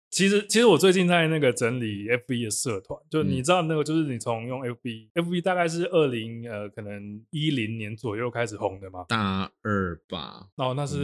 其实我最近在那个整理 FB 的社团，就你知道那个就是你从用 FB 大概是可能10年左右开始红的嘛， 大二吧， 那是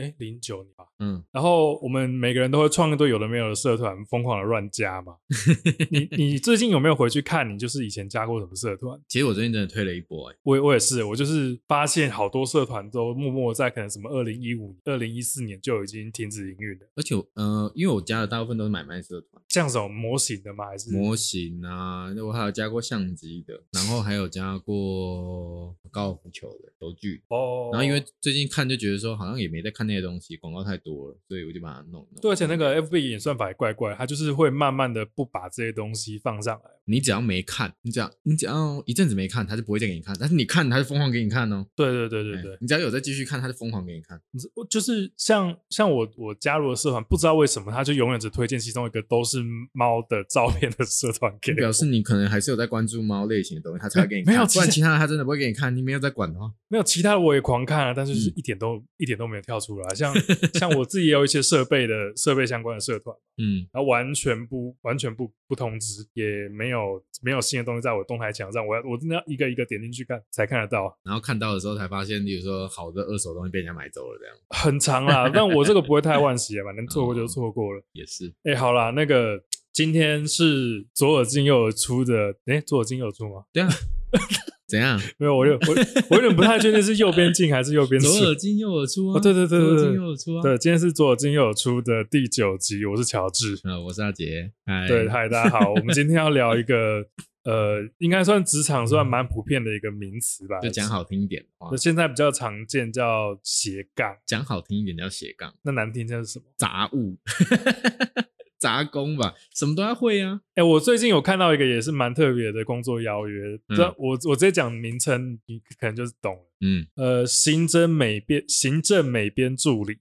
09年吧， 嗯， 然后我们每个人都会创一堆有的没有的社团，疯狂的乱加嘛。你最近有没有回去看你就是以前加过什么社团？ 其实我最近真的推了一波我也是，我就是发现好多社团都默默在可能什么2015、2014年就已经停止营运了。 而且因为我加的大部分都是买卖社团， 像什么模型的吗？还是模型啊？我还有加过相机的，然后还有加过高尔夫球的球具哦。 然后因为最近看就觉得说好像也没在看那些东西，广告太多了，所以我就把它弄。 对，而且那个 FB 演算法也怪怪，它就是会慢慢的不把这些东西放上来。 你只要没看，你只要一阵子没看，他就不会再给你看。但是你看，他就疯狂给你看哦。 对， 你只要有再继续看，他就疯狂给你看。 就是像我加入的社团，不知道为什么他就永远只推荐其中一个都是猫的照片的社团给我， 表示你可能还是有在关注猫类型的东西，他才会给你看。 没有， 不然其他的他真的不会给你看。你没有在管的话， 没有其他的我也狂看啊，但是就是一点都没有跳出来。像我自己也有一些设备相关的社团，然后完全不通知，也没有新的东西在我动态墙上，我真的要一个一个点进去看才看得到。 然后看到的时候才发现，比如说好的二手东西被人家买走了，这样很长啦。但我这个不会太惋惜了，反正错过就错过了。 也是。 好啦，那个今天是左耳进右耳出的，左耳进右耳出吗？ 对啊。怎样？ 没有，我有点不太确定是右边进还是右边出。 左耳进右耳出啊！ 对， 左耳进右耳出啊！ 对，今天是左耳进右耳出的第9集，我是乔治， 我是阿杰， 对，嗨，大家好，我们今天要聊一个应该算职场算蛮普遍的一个名词吧， 就讲好听一点的话， 现在比较常见叫斜杠， 讲好听一点叫斜杠， 那难听叫是什么？ 杂物。杂工吧，什么都要会啊。 我最近有看到一个也是蛮特别的工作邀约，我直接讲名称，你可能就是懂了。行政美编助理，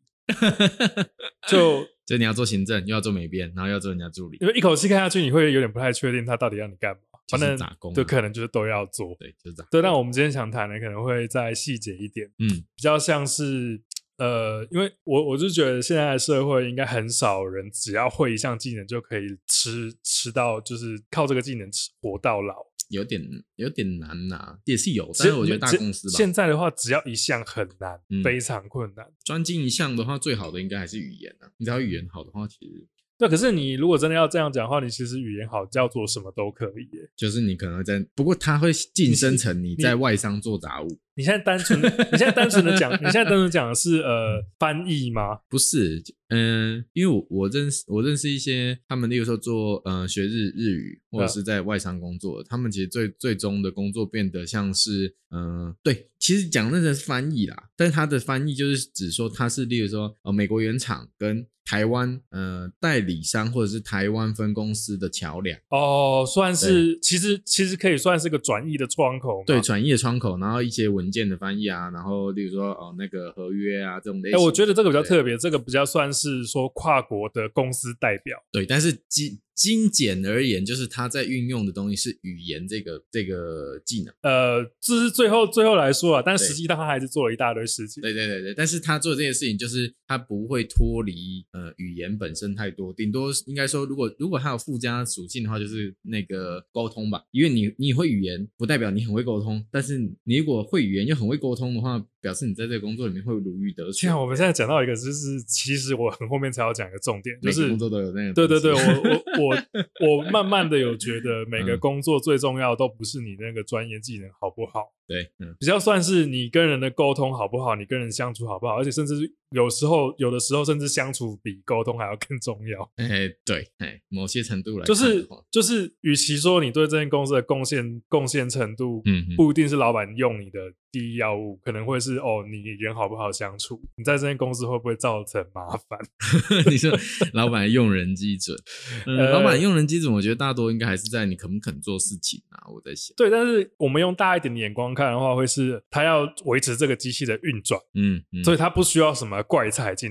就你要做行政，又要做美编，然后又要做人家助理， 因为一口气看下去，你会有点不太确定他到底要你干嘛。 反正杂工， 对，可能就是都要做。 对，就是杂工。 对，但我们今天想谈的可能会再细节一点，比较像是。因为我就觉得现在的社会应该很少人只要会一项技能就可以吃到，就是靠这个技能活到老， 有点难啊，也是有，但是我觉得大公司吧， 现在的话只要一项很难，非常困难。 专精一项的话，最好的应该还是语言啊。你只要语言好的话，其实对。可是你如果真的要这样讲的话，你其实语言好叫做什么都可以耶， 就是你可能会不过它会晋升成你在外商做杂物。 你现在单纯的讲，的是翻译吗？ 不是，因为我认识一些他们，例如说做学日语或者是在外商工作，他们其实最终的工作变得像是对，其实讲那个是翻译啦，但是他的翻译就是指说他是例如说美国原厂跟台湾代理商或者是台湾分公司的桥梁算是其实可以算是个转译的窗口， 对，转译的窗口，然后一些文件的翻译啊，然后例如说那个合约啊这种类型。 我觉得这个比较特别，这个比较算是说跨国的公司代表。 对，但是精简而言，就是他在运用的东西是语言这个技能。 这是最后来说啊，但实际上他还是做了一大堆事情。 对，但是他做的这件事情就是他不会脱离语言本身太多，顶多应该说如果他有附加属性的话，就是那个沟通吧。因为你会语言不代表你很会沟通，但是你如果会语言又很会沟通的话，表示你在这个工作里面会如鱼得水。 像我们现在讲到一个，就是其实我很后面才要讲一个重点，就是每个工作都有那个。 对，我慢慢的有觉得每个工作最重要的都不是你那个专业技能好不好， 对， 比较算是你跟人的沟通好不好，你跟人相处好不好，而且甚至有的时候甚至相处比沟通还要更重要。 对，某些程度来看就是与其说你对这间公司的贡献程度，不一定是老板用你的第一要务，可能会是你人好不好相处，你在这间公司会不会造成麻烦。 你说老板的用人基准，老板的用人基准我觉得大多应该还是在你肯不肯做事情啊，我在想。 对，但是我们用大一点的眼光看的话，会是他要维持这个机器的运转，所以他不需要什么怪菜进来，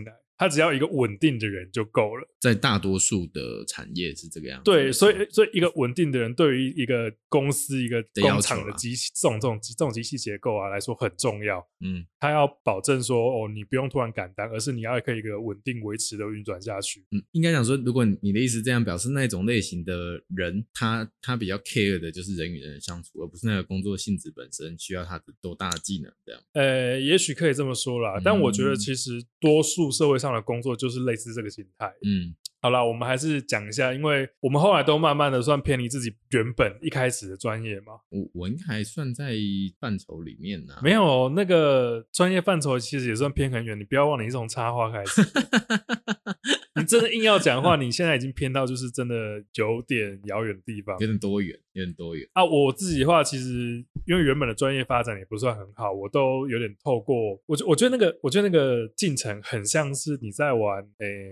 他只要一个稳定的人就够了。 在大多数的产业是这个样子。 对，所以一个稳定的人对于一个公司一个工厂的机器这种机器结构啊来说很重要。他要保证说你不用突然赶单，而是你要可以一个稳定维持的运转下去。 应该讲说，如果你的意思这样表示，那种类型的人他比较 care 的就是人与人的相处，而不是那个工作性质本身需要他的多大的技能这样。 也许可以这么说啦，但我觉得其实多数社会上的工作就是类似这个心态。好啦，我们还是讲一下，因为我们后来都慢慢的算偏离自己原本一开始的专业嘛。 我应该还算在范畴里面啊。 没有，那个专业范畴其实也算偏很远，你不要忘了你是从插画开始。你真的硬要讲的话，你现在已经偏到就是真的有点遥远的地方， 有点多远啊！我自己的话，其实因为原本的专业发展也不算很好，我都有点透过我觉得那个进程很像是你在玩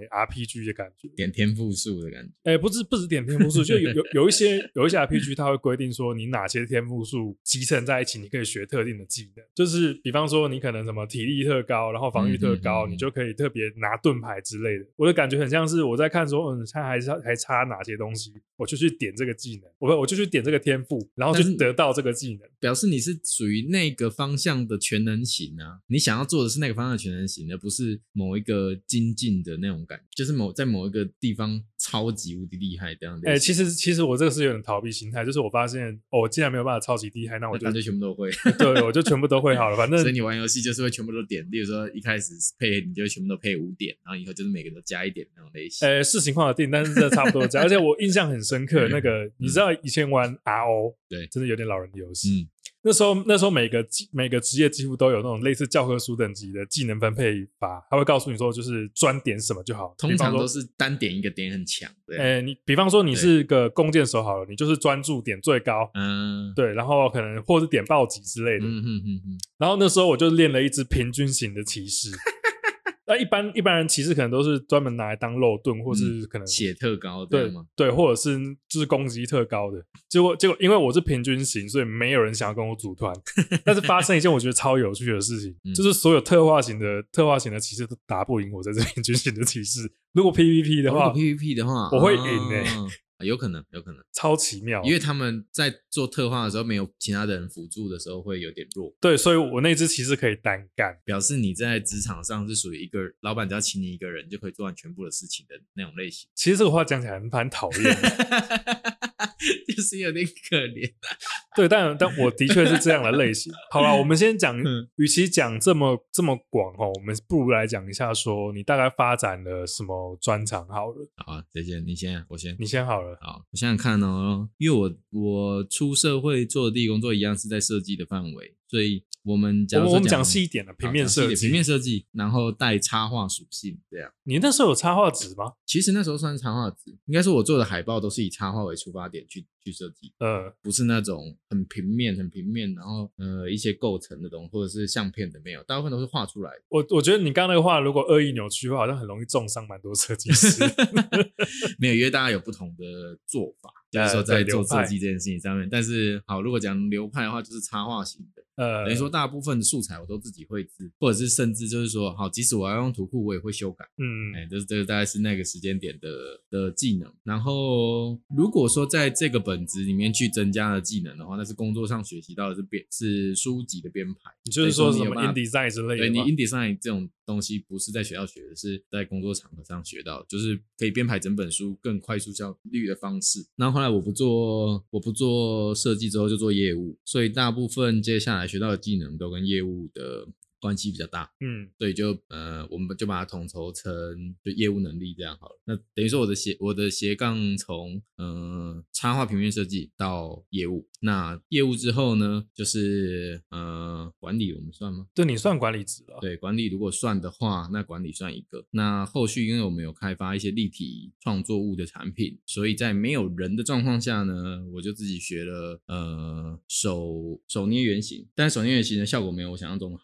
RPG 的感觉， 点天赋树的感觉。 不是点天赋树，就有一些 RPG 它会规定说你哪些天赋树集成在一起，你可以学特定的技能，就是比方说你可能什么体力特高，然后防御特高，你就可以特别拿盾牌之类的。我的感觉很像是我在看说它还差哪些东西，我就去点这个技能，我就去点这个天赋，然后就得到这个技能， 表示你是属于那个方向的全能型啊。你想要做的是那个方向的全能型，而不是某一个精进的那种感觉，就是在某一个地方超级无敌厉害这样的。 其实我这个是有点逃避心态，就是我发现我既然没有办法超级厉害，那我就全部都会。 对，我就全部都会好了，反正。 所以你玩游戏就是会全部都点，例如说一开始配你就全部都配5点，然后以后就是每个都加1点那种类型。 视情况而定，但是这差不多加。而且我印象很深刻，那个你知道以前玩 RO， 对，真的有点老人的游戏。那时候每个职业几乎都有那种类似教科书等级的技能分配法，他会告诉你说就是专点什么就好， 通常都是单点一个点很强。 你比方说你是个弓箭手好了，你就是专注点最高，对，然后可能或是点暴击之类的。然后那时候我就练了一支平均型的骑士。那一般人骑士可能都是专门拿来当肉盾，或是可能血特高对，或者是就是攻击特高的。结果因为我是平均型，所以没有人想要跟我组团。但是发生一件我觉得超有趣的事情，就是所有特化型的骑士都打不赢我这支平均型的骑士。如果 PVP 的话，我会赢有可能超奇妙， 因为他们在做特化的时候没有其他的人辅助的时候会有点弱。 对，所以我那只其实可以单干， 表示你在职场上是属于一个老板只要请你一个人就可以做完全部的事情的那种类型。 其实这个话讲起来蛮讨厌的。 就是有点可怜。 对，但我的确是这样的类型。好啦，我们先讲，与其讲这么广我们不如来讲一下说你大概发展了什么专长好了。 好啊，再见，你先，我先， 你先好了。 好，我想想看哦，因为我出社会做的第一个工作一样是在设计的范围，所以我们讲细一点了，平面设计， 然后带插画属性这样。 你那时候有插画纸吗？ 其实那时候算是插画纸，应该说我做的海报都是以插画为出发点去设计，不是那种很平面，然后一些构成的东西或者是相片的没有，大部分都是画出来的。 我觉得你刚刚那个话如果恶意扭曲的话，好像很容易重伤蛮多设计师。 没有，因为大家有不同的做法，就是说在做设计这件事情上面。但是好，如果讲流派的话，就是插画型的。等于说大部分的素材我都自己绘制，或者是甚至就是说，好，即使我要用图库，我也会修改。这个大概是那个时间点的技能。然后如果说在这个本质里面去增加了技能的话，那是工作上学习到的是书籍的编排。 你就是说什么 InDesign 之类的？ 对，你 InDesign 这种东西不是在学校学的，是在工作场合上学到，就是可以编排整本书更快速效率的方式。然后后来我不做设计之后就做业务，所以大部分接下来学到的技能都跟业务的关系比较大，所以就我们就把它统筹成就业务能力这样好了。那等于说我的斜杠从插画平面设计到业务，那业务之后呢，就是管理我们算吗？ 对，你算管理职了。 对，管理如果算的话，那管理算一个。那后续因为我们有开发一些立体创作物的产品，所以在没有人的状况下呢，我就自己学了手捏原型，但是手捏原型的效果没有我想象中的好。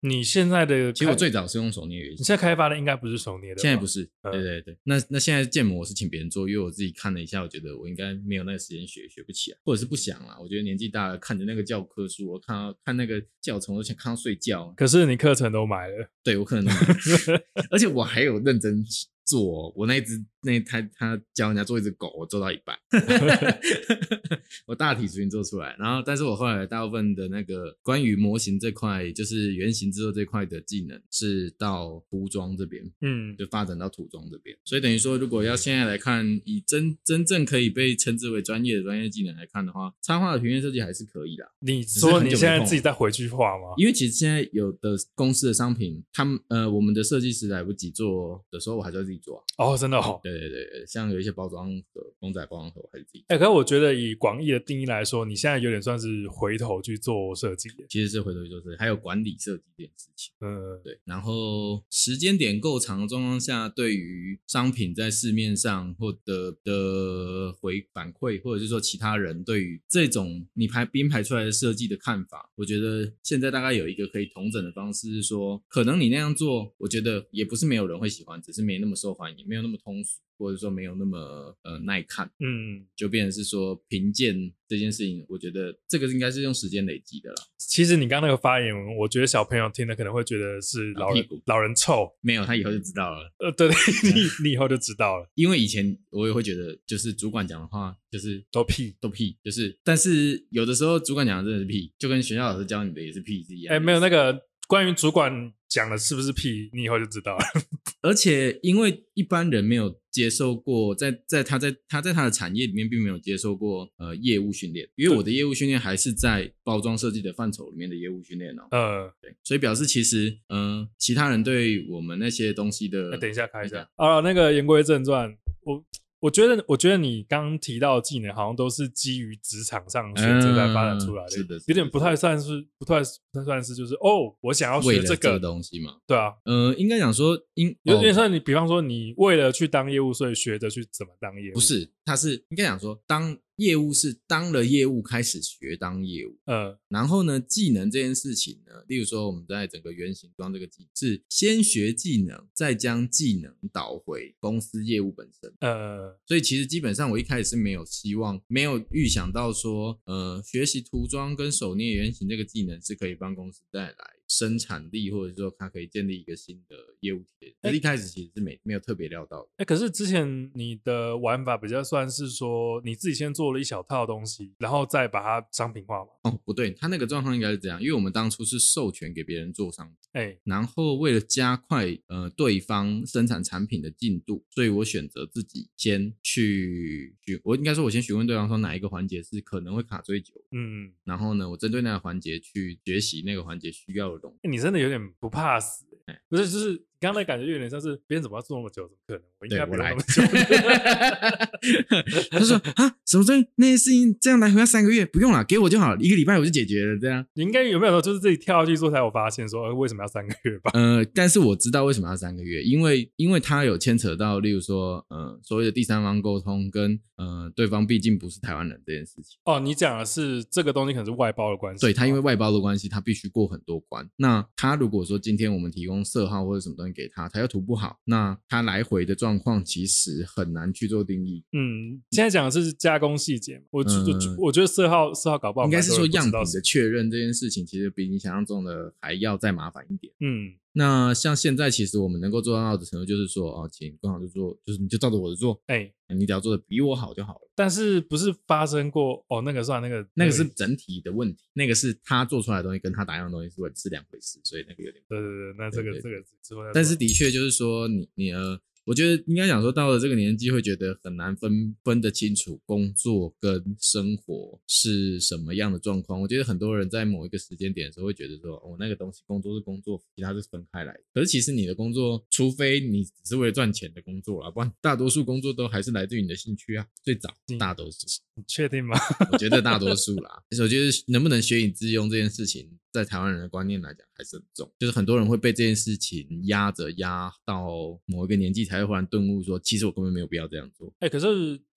你现在的其实我最早是用手捏原型， 你现在开发的应该不是手捏的， 现在不是，对。那现在建模我是请别人做，因为我自己看了一下，我觉得我应该没有那个时间学不起来，或者是不想啦。我觉得年纪大了，看着那个教科书，我看那个教程，我想看到睡觉。 可是你课程都买了， 对我可能都买了，而且我还有认真做，我他教人家做一只狗，我做到一半，我大体雏形做出来，然后但是我后来大部分的那个关于模型这块，就是原型制作这块的技能是到涂装这边，就发展到涂装这边，所以等于说，如果要现在来看，以真正可以被称之为专业技能来看的话，插画的平面设计还是可以啦。 你说你现在自己再回去画吗？ 因为其实现在有的公司的商品，我们的设计师来不及做的时候，我还是要自己做哦，真的哦。 对，像有一些包装盒、公仔包装盒，我还是自己。 可是我觉得以广义的定义来说，你现在有点算是回头去做设计。 其实是回头去做设计，还有管理设计这件事情。对。然后时间点够长的状况下，对于商品在市面上或的反馈，或者是说其他人对于这种你编排出来的设计的看法，我觉得现在大概有一个可以统整的方式是说，可能你那样做，我觉得也不是没有人会喜欢，只是没那么受欢迎，没有那么通俗，或者说没有那么耐看，就变成是说评鉴这件事情，我觉得这个应该是用时间累积的啦。 其实你刚刚那个发言，我觉得小朋友听了可能会觉得是老人臭， 没有，他以后就知道了。 对，你以后就知道了。 因为以前我也会觉得，就是主管讲的话就是都屁， 就是，但是有的时候主管讲的真的是屁，就跟学校老师教你的也是屁是一样。 没有那个关于主管讲的是不是屁，你以后就知道了。 而且因为一般人没有接受过，在他的产业里面并没有接受过业务训练，因为我的业务训练还是在包装设计的范畴里面的业务训练哦。对，所以表示其实其他人对我们那些东西的， 等一下开一下那个言归正传，我觉得你刚刚提到的技能好像都是基于职场上选择来发展出来的， 是的， 有点不太算是就是我想要学这个东西嘛。 对啊， 应该讲说有点像你比方说你为了去当业务，所以学着去怎么当业务， 不是，他是应该讲说当业务是当了业务开始学当业务，然后呢，技能这件事情呢，例如说我们在整个原型装这个技是先学技能，再将技能导回公司业务本身，所以其实基本上我一开始是没有预想到说，学习涂装跟手捏原型这个技能是可以帮公司带来生产力，或者说它可以建立一个新的业务体验。一开始其实是没有特别料到的。 可是之前你的玩法比较算是说你自己先做了一小套东西，然后再把它商品化嘛？ 不对，他那个状况应该是这样，因为我们当初是授权给别人做商品，然后为了加快对方生产产品的进度，所以我选择自己先我应该说我先询问对方说哪一个环节是可能会卡最久，然后呢，我针对那个环节去学习那个环节需要的东西。 你真的有点不怕死，不是，就是刚才感觉有点像是别人怎么要做那么久，怎么可能？我应该不用那么久。 他说什么东西那些事情这样来回要3个月，不用了，给我就好了，1个礼拜我就解决了。这样你应该有没有说就是自己跳下去做才有发现说为什么要3个月吧？ 但是我知道为什么要3个月，因为它有牵扯到，例如说所谓的第三方沟通跟对方毕竟不是台湾人这件事情。 你讲的是这个东西可能是外包的关系。 对，他因为外包的关系，他必须过很多关。那他如果说今天我们提供色号或者什么东西给他，他又涂不好，那他来回的状况其实很难去做定义。 现在讲的是加工细节嘛，我觉得色号搞不好应该是说样品的确认这件事情，其实比你想象中的还要再麻烦一点。那像现在其实我们能够做到的程度就是说请更好就做，就是你就照着我的做，你只要做的比我好就好了。 但是不是发生过那个算那个是整体的问题，那个是他做出来的东西跟他打样的东西是2回事，所以那个有点对，那这个之后， 但是的确就是说你我觉得应该讲说到了这个年纪会觉得很难分得清楚工作跟生活是什么样的状况。我觉得很多人在某一个时间点的时候会觉得说那个东西工作是工作，其他是分开来的。可是其实你的工作，除非你只是为了赚钱的工作啦，不然大多数工作都还是来自于你的兴趣啊。最早大多数， 你确定吗？ 我觉得大多数啦。我觉得能不能学以致用这件事情，在台湾人的观念来讲还是很重，就是很多人会被这件事情压到某一个年纪才会忽然顿悟说，其实我根本没有必要这样做。 可是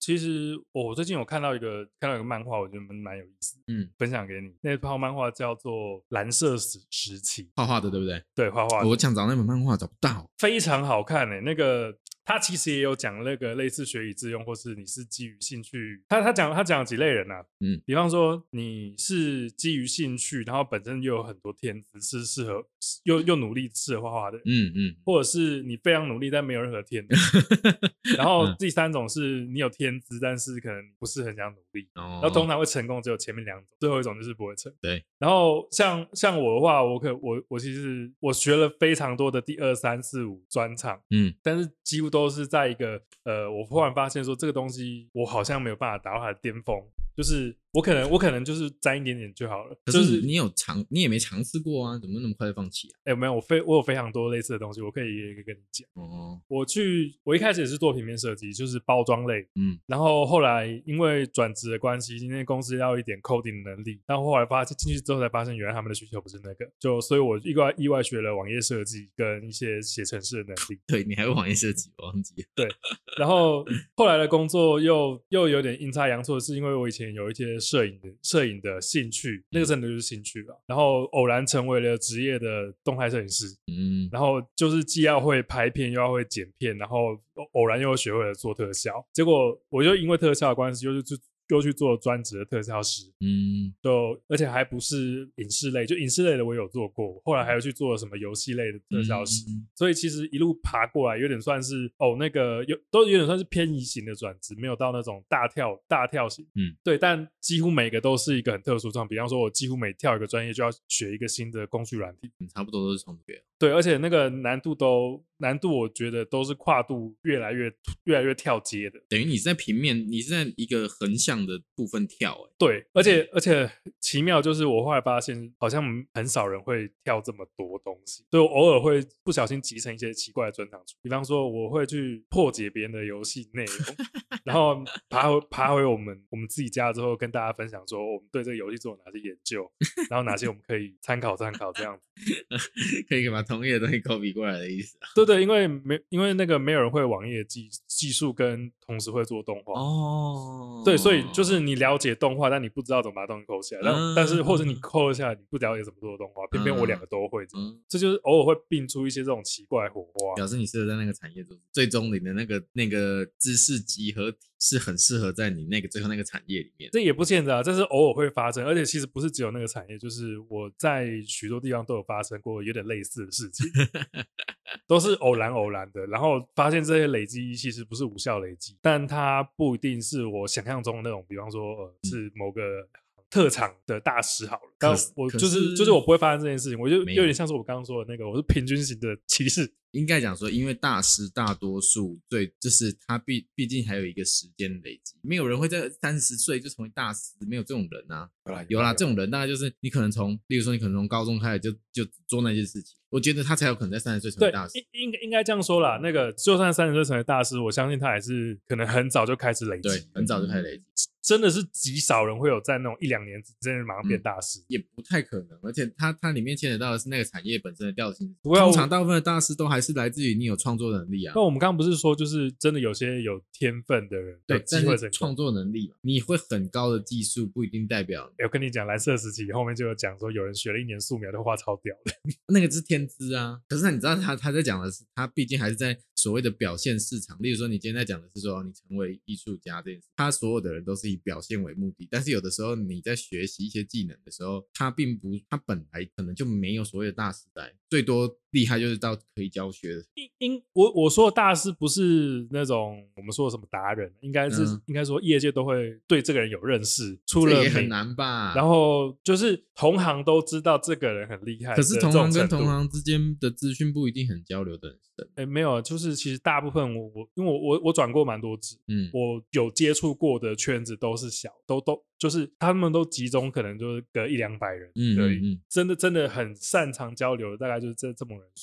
其实我最近有看到一个漫画，我觉得蛮有意思，分享给你。那套漫画叫做《蓝色时期》， 画画的对不对？ 对，画画的。 我想找那本漫画找不到， 非常好看那个。他其实也有讲那个类似学以致用，或是你是基于兴趣。他讲几类人啊，比方说你是基于兴趣，然后本身又有很多天资，是适合又努力适合画画的人，或者是你非常努力但没有任何天资，然后第三种是你有天资，但是可能不是很想努力，然后通常会成功只有前面两种，最后一种就是不会成。 对， 然后像我的话，我其实我学了非常多的第2、3、4、5专场，但是几乎都是在一个我忽然发现说这个东西我好像没有办法达到它的巅峰，就是我可能就是沾一点点就好了。 可是你也没尝试过啊，怎么那么快就放弃啊？ 没有，我有非常多类似的东西，我可以一个跟你讲。我一开始也是做平面设计，就是包装类，然后后来因为转职的关系，今天公司要一点 coding 的能力，但后来进去之后才发现，原来他们的需求不是那个，所以我意外学了网页设计跟一些写程式的能力。 对，你还会网页设计，我忘记了。 对，然后后来的工作又有点阴差阳错，是因为我以前有一些摄影的兴趣，那个真的就是兴趣吧。然后偶然成为了职业的动态摄影师，然后就是既要会拍片又要会剪片，然后偶然又学会了做特效。结果我就因为特效的关系，又去做专职的特效师，而且还不是影视类，就影视类的我有做过，后来还有去做什么游戏类的特效师，所以其实一路爬过来，有点算是那个都有点算是偏移型的转职，没有到那种大跳型，对，但几乎每个都是一个很特殊状况，比方说我几乎每跳一个专业就要学一个新的工具软体， 差不多都是重叠， 对，而且那个难度我觉得都是跨度越来越跳阶的， 等于你是在平面，你是在一个横向的部分跳， 对，而且奇妙就是我后来发现好像很少人会跳这么多东西，所以我偶尔会不小心集成一些奇怪的专场出，比方说我会去破解别人的游戏内容，然后爬回我们自己家之后跟大家分享说我们对这个游戏做了哪些研究，然后哪些我们可以参考这样子。 可以把同业的东西 copy 过来的意思啊？ 对，因为那个没有人会网页技术跟同时会做动画对，所以就是你了解动画，但你不知道怎么把东西抠起来，但是或者你抠了下来，你不了解怎么做动画，偏偏我两个都会，这就是偶尔会并出一些这种奇怪火花， 表示你适合在那个产业中，最终你的那个知识集合体是很适合在你最后那个产业里面。 这也不见得啊，这是偶尔会发生，而且其实不是只有那个产业，就是我在许多地方都有发生过有点类似的事情，都是偶然的，然后发现这些累积其实不是无效累积，但它不一定是我想象中的那种，比方说是某个特长的大师好了，但我就是我不会发生这件事情，我就有点像是我刚刚说的那个，我是平均型的骑士。 应该讲说，因为大师大多数就是他毕竟还有一个时间累积，没有人会在30岁就成为大师，没有这种人啊。有啦，这种人大概就是你可能例如说你可能从高中开始就做那件事情，我觉得他才有可能在30岁成为大师。 应该这样说啦，那个就算30岁成为大师，我相信他还是可能很早就开始累积， 对，很早就开始累积。 真的是极少人会有在那种1、2年之间马上变大师， 也不太可能。而且它里面牵扯到的是那个产业本身的调性。通常大部分的大师都还是来自于你有创作能力啊。 那我们刚刚不是说，就是真的有些有天分的人， 对，但是创作能力嘛，你会很高的技术，不一定代表。 我跟你讲，蓝色时期后面就有讲说，有人学了1年素描就画超屌的， 那个是天资啊。可是你知道他在讲的是，他毕竟还是在所谓的表现市场。例如说，你今天在讲的是说，你成为艺术家这件事，他所有的人都是以表现为目的。但是有的时候你在学习一些技能的时候，他本来可能就没有所谓的大师在，最多厉害就是到可以教学的。 我说的大师不是那种我们说的什么达人，应该说业界都会对这个人有认识，出了这也很难吧？ 然后就是同行都知道这个人很厉害， 可是同行跟同行之间的资讯不一定很交流的很深。 没有，就是其实大部分因为我转过蛮多职，我有接触过的圈子都是小，都就是他们都集中可能就是隔100-200人而已，真的很擅长交流的大概就是这么人数了。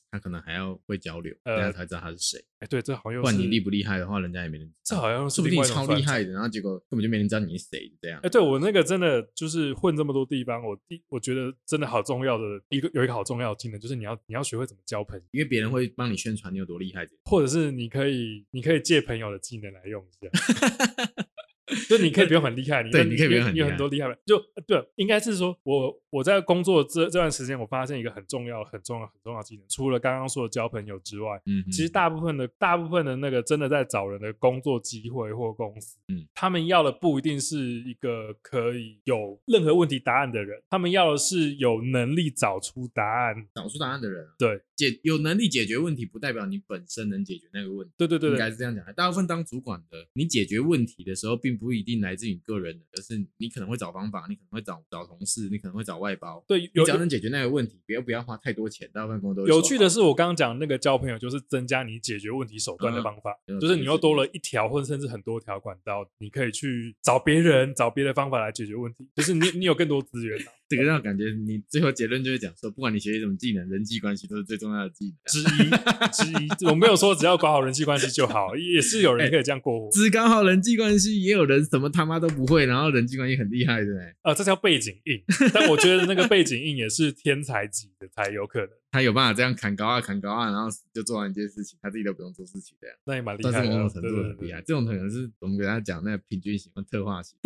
他可能还要会交流，大家才知道他是谁。 对，这好像又是， 不然你厉不厉害的话，人家也没人知道。 这好像是说不定你另外一种超厉害的，然后结果根本就没人知道你是谁，这样。 对，我那个真的就是混这么多地方，我觉得真的好重要的有一个好重要的技能，就是你要学会怎么交朋友， 因为别人会帮你宣传你有多厉害， 或者是你可以借朋友的技能来用一下。就你可以不用很厉害， 对，你可以不用很厉害， 你有很多厉害的，就对，应该是说我在工作这段时间，我发现一个很重要的技能，除了刚刚说的交朋友之外，其实大部分的那个真的在找人的工作机会或公司，他们要的不一定是一个可以有任何问题答案的人，他们要的是有能力找出答案的人， 对。 有能力解决问题，不代表你本身能解决那个问题。 对， 应该是这样讲。大部分当主管的，你解决问题的时候，并不一定来自于你个人的，而是你可能会找方法，你可能会找同事，你可能会找外包。 对， 你只要能解决那个问题，不要花太多钱，大部分工作都会。 有趣的是，我刚刚讲的那个交朋友，就是增加你解决问题手段的方法，就是你又多了一条或者甚至很多条管道，你可以去找别的方法来解决问题，就是你有更多资源。 这个让我感觉你最后结论就会讲说，不管你学习什么技能，人际关系都是最重要的技能之一。我没有说只要搞好人际关系就好，也是有人可以这样过活。 只搞好人际关系，也有人什么他妈都不会，然后人际关系很厉害的。 这叫背景硬，但我觉得那个背景硬也是天才级的才有可能。 他有办法这样砍高啊，然后就做完一件事情，他自己都不用做事情这样， 那也蛮厉害的， 但是某种程度很厉害。这种可能是我们给他讲那个平均型和特化型。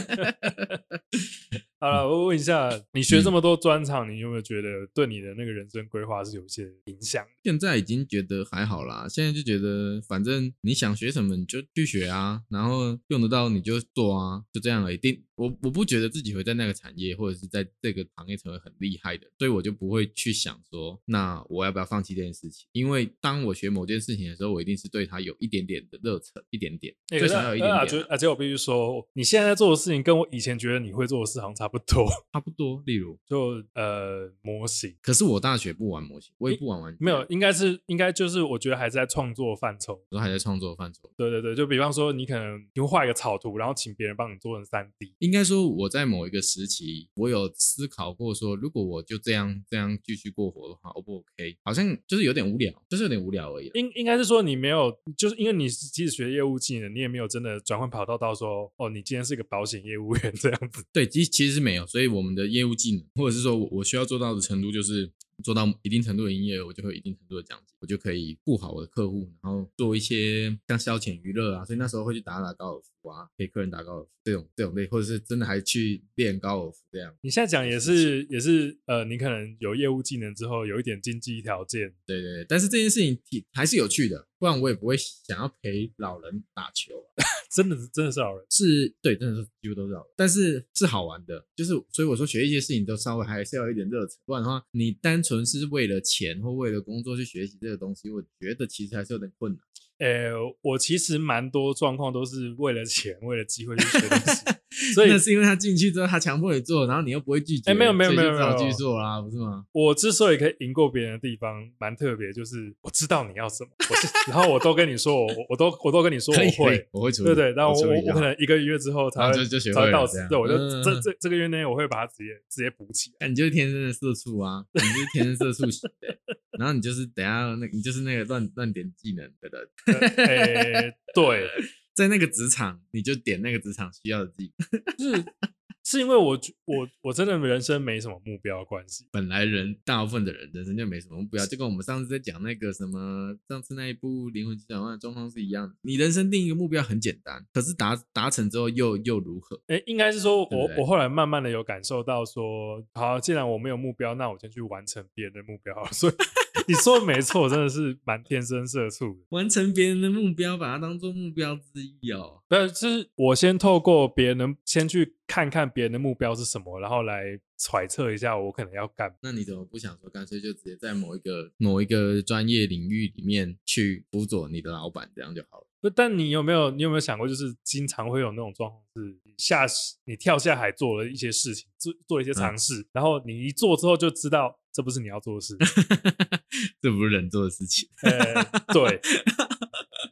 好了，我问一下，你学这么多专长，你有没有觉得对你的那个人生规划是有一些影响？ 现在已经觉得还好啦，现在就觉得反正你想学什么你就去学啊，然后用得到你就做啊，就这样而已。我不觉得自己会在那个产业或者是在这个行业成为很厉害的，所以我就不会去想说，那我要不要放弃这件事情？因为当我学某件事情的时候，我一定是对它有一点点的热忱，一点点，最少有一点点。 而且我必须说，你现在在做的事情跟我以前觉得你会做的事好像差不多。 例如就模型。 可是我大学不玩模型，我也不玩玩具。 没有，应该就是我觉得还是在创作范畴。 都还在创作范畴。 对，就比方说你可能你会画一个草图，然后请别人帮你做成3D。 应该说我在某一个时期，我有思考过说，如果我就这样继续过活的话 ，O 不 OK？ 好像就是有点无聊，而已。 应该是说你没有，就是因为你即使学业务技能，你也没有真的转换跑道到说，你今天是一个保险业务员这样子。 对，其实是没有，所以我们的业务技能，或者是说我需要做到的程度，就是做到一定程度的营业额，我就会有一定程度的奖金，我就可以顾好我的客户，然后做一些像消遣娱乐啊，所以那时候会去打高尔夫啊，陪客人打高尔夫这种类，或者是真的还去练高尔夫这样。 你现在讲也是你可能有业务技能之后有一点经济条件， 对，但是这件事情还是有趣的，不然我也不会想要陪老人打球。 真的是老人， 对，真的是几乎都是老人，但是是好玩的，就是所以我说学一些事情都稍微还是要有一点热忱，不然的话，你单纯是为了钱或为了工作去学习这个东西，我觉得其实还是有点困难。 我其实蛮多状况都是为了钱为了机会去学东西，所以那是因为他进去之后他强迫你做，然后你又不会拒绝， 没有只好继续做啦，不是吗？ 我之所以可以赢过别人的地方蛮特别，就是我知道你要什么，然后我都跟你说，我都跟你说我会处理， 对，然后我可能1个月之后才学会到此，对，我就这个月内我会把它直接补起来。 你就是天生的社畜啊，你就是天生社畜型的，然后你就是等一下你就是那个乱点技能的人。 对， 在那个职场你就点那个职场需要的技能，是因为我真的人生没什么目标的关系。 本来大部分的人人生就没什么目标，就跟我们上次在讲那个什么上次那一部灵魂急转弯的状况是一样的。你人生定一个目标很简单，可是达成之后又如何？ 应该是说我后来慢慢的有感受到说，好，既然我没有目标，那我先去完成别人的目标。所以你说的没错，真的是蛮天生社畜的。 完成别人的目标，把它当做目标之一哦。 不是，就是我先透过别人先去看看别人的目标是什么，然后来揣测一下我可能要干嘛。 那你怎么不想说干脆就直接在某一个专业领域里面去辅佐你的老板，这样就好了？ 但你有没有想过，就是经常会有那种状况是你跳下海做了一些事情，做了一些尝试，然后你一做之后就知道这不是你要做的事。 这不是人做的事情。 对。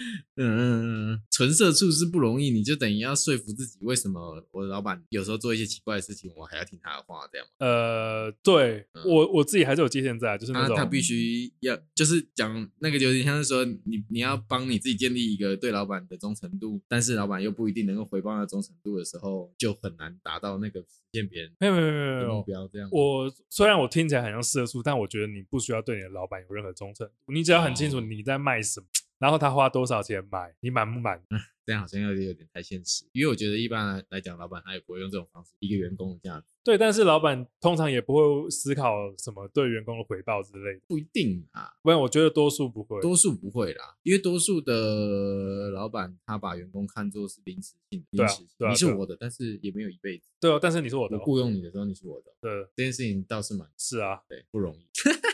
纯社畜是不容易，你就等于要说服自己，为什么我的老板有时候做一些奇怪的事情，我还要听他的话，这样。 对，我自己还是有界限在，就是那种他必须要，就是讲那个有点像是说，你要帮你自己建立一个对老板的忠诚度，但是老板又不一定能够回报那忠诚度的时候，就很难达到那个实现别人的目标。这样， 虽然我听起来很像社畜，但我觉得你不需要对你的老板有任何忠诚度，你只要很清楚你在卖什么，然后他花多少钱买，你满不满？ 这样好像有点太现实，因为我觉得一般来讲，老板他也不会用这种方式一个员工的价值。 对，但是老板通常也不会思考什么对员工的回报之类的， 不一定啊。 不然我觉得多数不会， 多数不会啦，因为多数的老板他把员工看作是临时性的， 对啊， 你是我的，但是也没有一辈子。 对啊，但是你是我的， 我雇佣你的时候你是我的， 对， 这件事情倒是是啊， 对，不容易。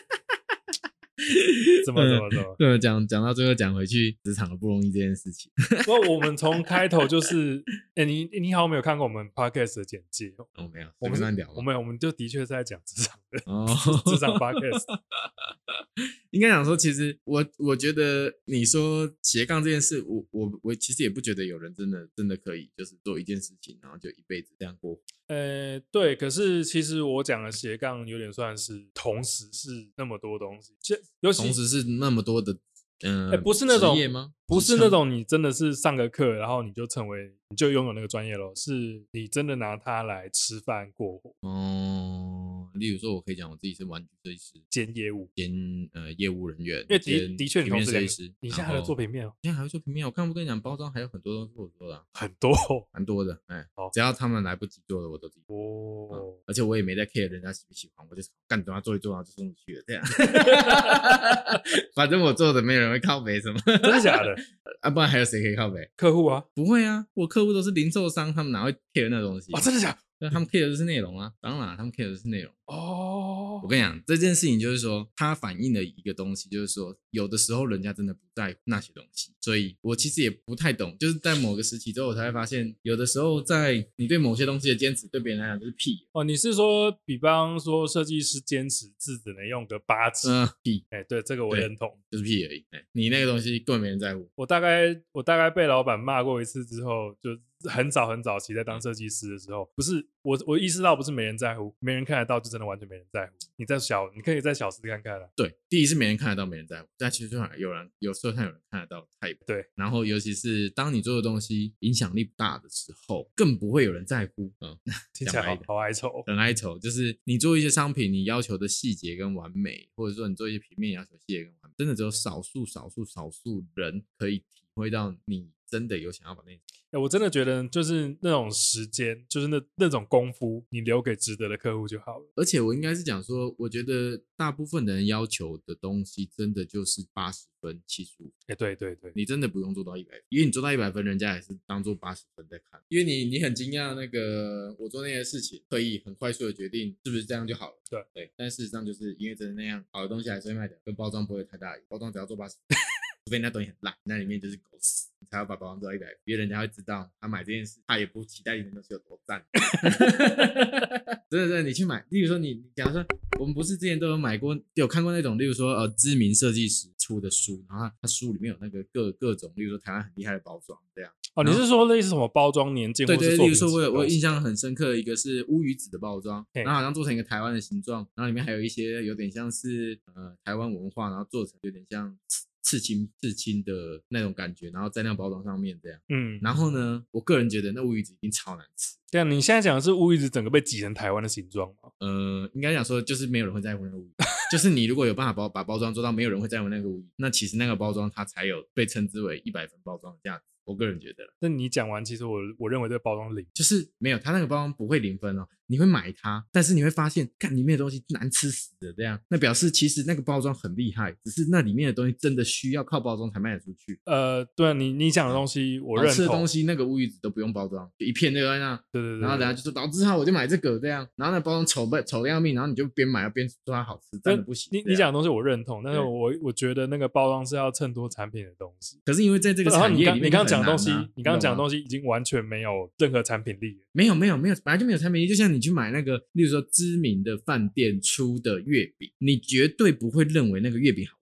怎么？ 对，讲到最后讲回去职场的不容易这件事情。 不过我们从开头就是，你好像没有看过我们 podcast 的简介哦？没有， 我们就的确是在讲职场的职场 podcast。 应该讲说，其实我觉得你说斜杠这件事，我其实也不觉得有人真的可以就是做一件事情，然后就一辈子这样过。 对，可是其实我讲的斜杠有点算是同时是那么多东西，尤其同时是那么多的不是那种职业吗？ 不是那种你真的是上个课，然后你就拥有那个专业咯，是你真的拿它来吃饭过活。 例如说我可以讲我自己是玩具设计师兼业务兼业务人员， 因为的确平面设计师， 你现在还会做平面哦？ 现在还会做平面，我刚不跟你讲包装还有很多都是我做的啊， 很多蛮多的，只要他们来不及做的我都自己做而且我也没在 care 人家喜不喜欢，我就干等他做一做然后就送出去了这样。反正我做的没有人会靠北什么。 真的假的？ 不然还有谁可以靠北？ 客户啊？ 不会啊，我客户都是零售商，他们哪会 care 那东西？ 真的假的？ 对，他们 care 的是内容啊，当然他们 care 的是内容。 哦， 我跟你讲，这件事情就是说，它反映了一个东西，就是说，有的时候人家真的不在乎那些东西。所以我其实也不太懂，就是在某个时期之后，我才会发现，有的时候在你对某些东西的坚持，对别人来讲就是屁。 你是说，比方说设计师坚持字只能用个8级？ 屁。 对，这个我认同， 就是屁而已。你那个东西根本没人在乎。 我大概被老板骂过一次之后，就很早期在当设计师的时候，不是我意识到不是没人在乎，没人看得到就真的完全没人在乎。你可以在小事看看啦。 对，第一是没人看得到，没人在乎，但其实有时候看有人看得到，他也不对。 然后尤其是当你做的东西影响力不大的时候，更不会有人在乎。 听起来好哀愁， 很哀愁。就是你做一些商品，你要求的细节跟完美，或者说你做一些平面要求细节跟完美，真的只有少数人可以体会到你真的有想要把那我真的觉得就是那种时间，就是那种功夫，你留给值得的客户就好了。 而且我应该是讲说，我觉得大部分的人要求的东西，真的就是80分、75分。 对， 你真的不用做到100分，因为你做到100分，人家也是当做80分在看。因为你很惊讶，那个我做那些事情，可以很快速的决定是不是这样就好了。对，但事实上就是因为真的那样，好的东西还是会卖的，跟包装不会太大，包装只要做80分。除非那东西很烂，那里面就是狗屎，你才要把包装做到100分，因为人家会知道他买这件事，他也不期待里面东西有多赞。真的，你去买，例如说你假如说我们不是之前都有买过，有看过那种，例如说知名设计师出的书，然后他书里面有那个各种，例如说台湾很厉害的包装这样。 你是说类似什么包装年鉴？ 对，例如说我有印象很深刻的一个是乌鱼子的包装，然后好像做成一个台湾的形状，然后里面还有一些有点像是台湾文化，然后做成有点像刺青的那种感觉，然后在那包装上面这样。然后呢，我个人觉得那乌鱼子已经超难吃。 对啊，你现在讲的是乌鱼子整个被挤成台湾的形状吗？ 应该讲说就是没有人会在乎那个乌鱼子。就是你如果有办法把包装做到没有人会在乎那个乌鱼子，那其实那个包装它才有被称之为100分包装的价值。我个人觉得， 那你讲完，其实我认为这个包装0， 就是没有，它那个包装不会0分哦。你会买它，但是你会发现，看里面的东西难吃死的这样，那表示其实那个包装很厉害，只是那里面的东西真的需要靠包装才卖得出去。 对啊，你讲的东西我认同， 好吃的东西那个乌鱼子都不用包装，就一片就在那。 对， 然后等下就说老子好我就买这个这样，然后那包装丑的要命，然后你就边买要边说它好吃，真的不行。 你讲的东西我认同，但是我觉得那个包装是要衬托产品的东西。 可是因为在这个产业里面， 你刚刚讲的东西，你刚刚讲的东西已经完全没有任何产品力了。 没有，本来就没有产品力。就像你去买那个，例如说知名的饭店出的月饼，你绝对不会认为那个月饼好吃。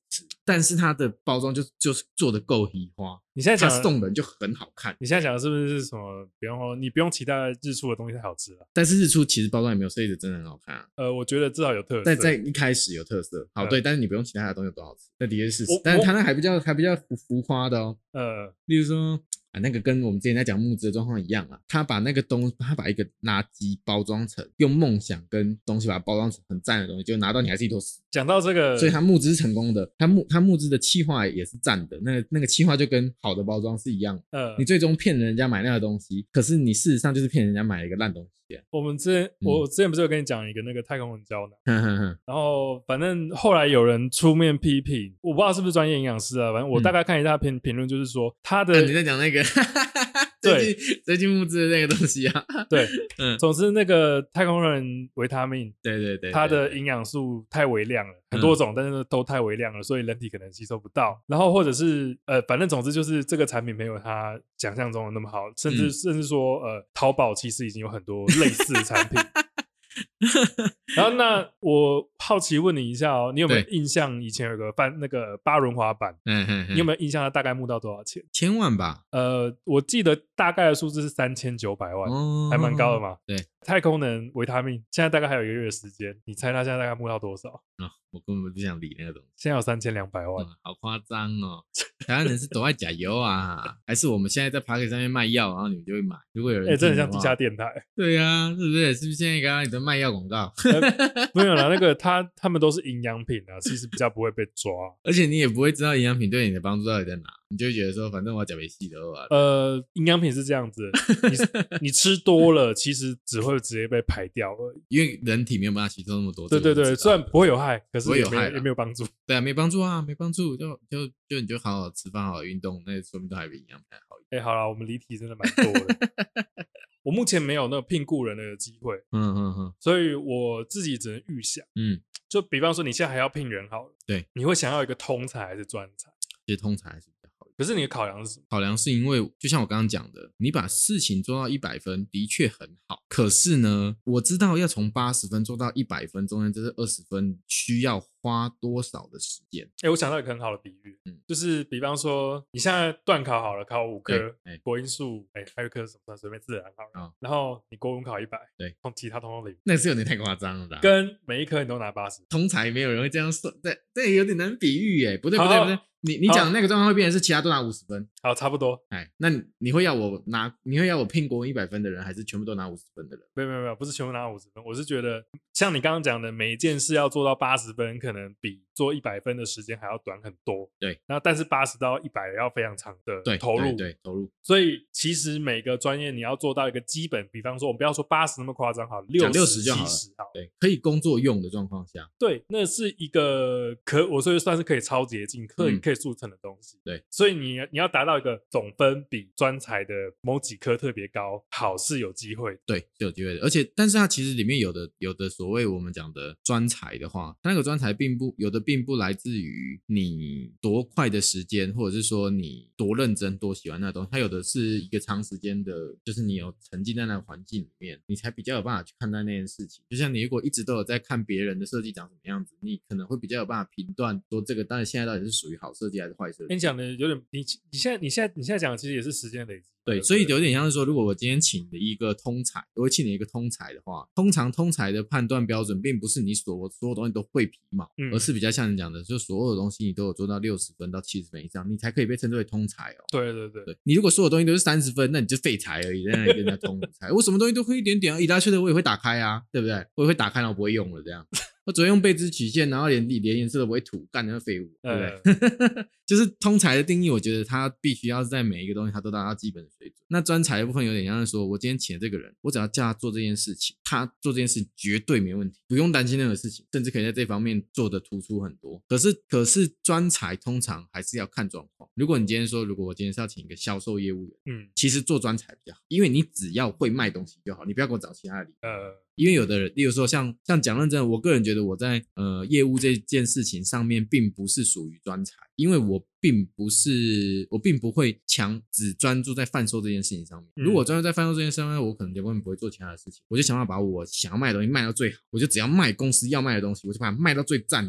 但是它的包装就是做的够移花。 你现在讲它送人就很好看。 你现在讲的是不是什么？比方说，你不用期待日出的东西太好吃了。 但是日出其实包装也没有设计的真的很好看啊。 我觉得至少有特色。 在一开始有特色，好对，但是你不用期待它的东西有多好吃，那的确是事实。但是它那还比较浮夸的哦。例如说。那个跟我们之前在讲募资的状况一样啊，他把一个垃圾包装成用梦想跟东西把它包装成很赞的东西，就拿到你还是一坨屎。 讲到这个， 所以他募资是成功的，他募资的企划也是赞的，那个企划就跟好的包装是一样的。你最终骗人家买那个东西，可是你事实上就是骗人家买了一个烂东西。 我之前不是有跟你讲一个那个太空人胶囊，然后反正后来有人出面批评，我不知道是不是专业营养师啊，反正我大概看一下评论，就是说他的你在讲那个最近募资的那个东西啊， 对，总之那个太空人维他命， 对， 它的营养素太微量了，很多种，但是都太微量了，所以人体可能吸收不到。然后或者是反正总之就是这个产品没有他想象中的那么好，甚至说淘宝其实已经有很多类似的产品。然后那我好奇问你一下哦，你有没有印象以前有个那个8轮滑板，你有没有印象它大概募到多少钱 ？1000万吧。 我记得大概的数字是3900万，还蛮高的嘛。 对， 太空能维他命现在大概还有1个月的时间，你猜它现在大概募到多少？ 我根本不想理那个东西。 现在有3200万， 好夸张哦！台湾人是多爱假油啊？还是我们现在在 Podcast 上面卖药，然后你们就会买？如果有人这很像地下电台。 对啊，是不是？是不是现在刚刚你的卖药广告？ 没有啦，那个他们都是营养品啊，其实比较不会被抓， 而且你也不会知道营养品对你的帮助到底在哪，你就会觉得说，反正我要减肥细的话， 营养品是这样子，你吃多了，其实只会直接被排掉而已， 因为人体没有办法吸收那么多。 对，虽然不会有害，可是也没有帮助。 对啊，没帮助啊，没帮助，就你就好好吃饭，好好运动，那说明都还比营养品还好一点。 好啦，我们离题真的蛮多的。我目前没有那个聘雇人的机会，所以我自己只能预想，就比方说你现在还要聘人好了， 对， 你会想要一个通才还是专才？ 其实通才还是比较好。 可是你的考量是什么？ 考量是因为就像我刚刚讲的，你把事情做到100分的确很好，可是呢，我知道要从80分做到100分，中间这是20分，需要花多少的时间？ 我想到一个很好的比喻，就是比方说你现在段考好了，考5科，国英数，还有一科什么随便自然好了，然后你国文考100， 对， 其他通通0， 那是有点太夸张了吧？ 跟每一科你都拿80， 通才没有人会这样算，这有点难比喻耶，不对，你讲的那个状况会变成是其他都拿50分， 好，差不多。 那你会要我聘国文100分的人，还是全部都拿50分的人？ 没有，不是全部拿50分，我是觉得像你刚刚讲的，每一件事要做到80分，可能比做100分的时间还要短很多。 对， 然后但是80到100要非常长的投入， 对，投入。 所以其实每个专业你要做到一个基本，比方说我们不要说80那么夸张，好，60就好了， 对，可以工作用的状况下， 对，那是一个我所以算是可以超捷径，可以速成的东西。 对， 所以你要达到一个总分比专才的某几科特别高，好是有机会， 对，是有机会的。但是它其实里面有的所谓我们讲的专才的话，它那个专才并不来自于你多快的时间，或者是说你多认真多喜欢那个东西，它有的是一个长时间的，就是你有沉浸在那个环境里面，你才比较有办法去看待那件事情。就像你如果一直都有在看别人的设计长什么样子，你可能会比较有办法评断说这个当然现在到底是属于好设计还是坏设计。 你讲的有点，你现在讲的其实也是时间累积。 对，所以有点像是说，如果我今天请了一个通才，我会请你一个通才的话，通常通才的判断标准并不是你所有东西都会皮毛，而是比较像你讲的，就所有的东西你都有做到60分到70分以上，你才可以被称之为通才哦。 对， 你如果所有东西都是30分，那你就废材而已，在那里跟人家通才。我什么东西都会一点点啊，以拉缺的我也会打开啊，对不对？我也会打开，然后不会用了这样。我只会用贝兹曲线，然后连颜色都不会涂，干那个废物，对不对？就是通才的定义，我觉得它必须要在每一个东西它都达到基本的水准。那专才的部分有点像是说，我今天请了这个人，我只要叫他做这件事情，他做这件事绝对没问题，不用担心任何事情，甚至可以在这方面做的突出很多。可是专才通常还是要看状况。如果我今天是要请一个销售业务员，其实做专才比较好，因为你只要会卖东西就好，你不要给我找其他的理由。因为有的人，例如说像讲认真的，我个人觉得我在业务这件事情上面并不是属于专才，因为我并不会只专注在贩售这件事情上面。如果专注在贩售这件事上面，我可能根本不会做其他的事情，我就想要把我想要卖的东西卖到最好，我就只要卖公司要卖的东西，我就把它卖到最赞这样。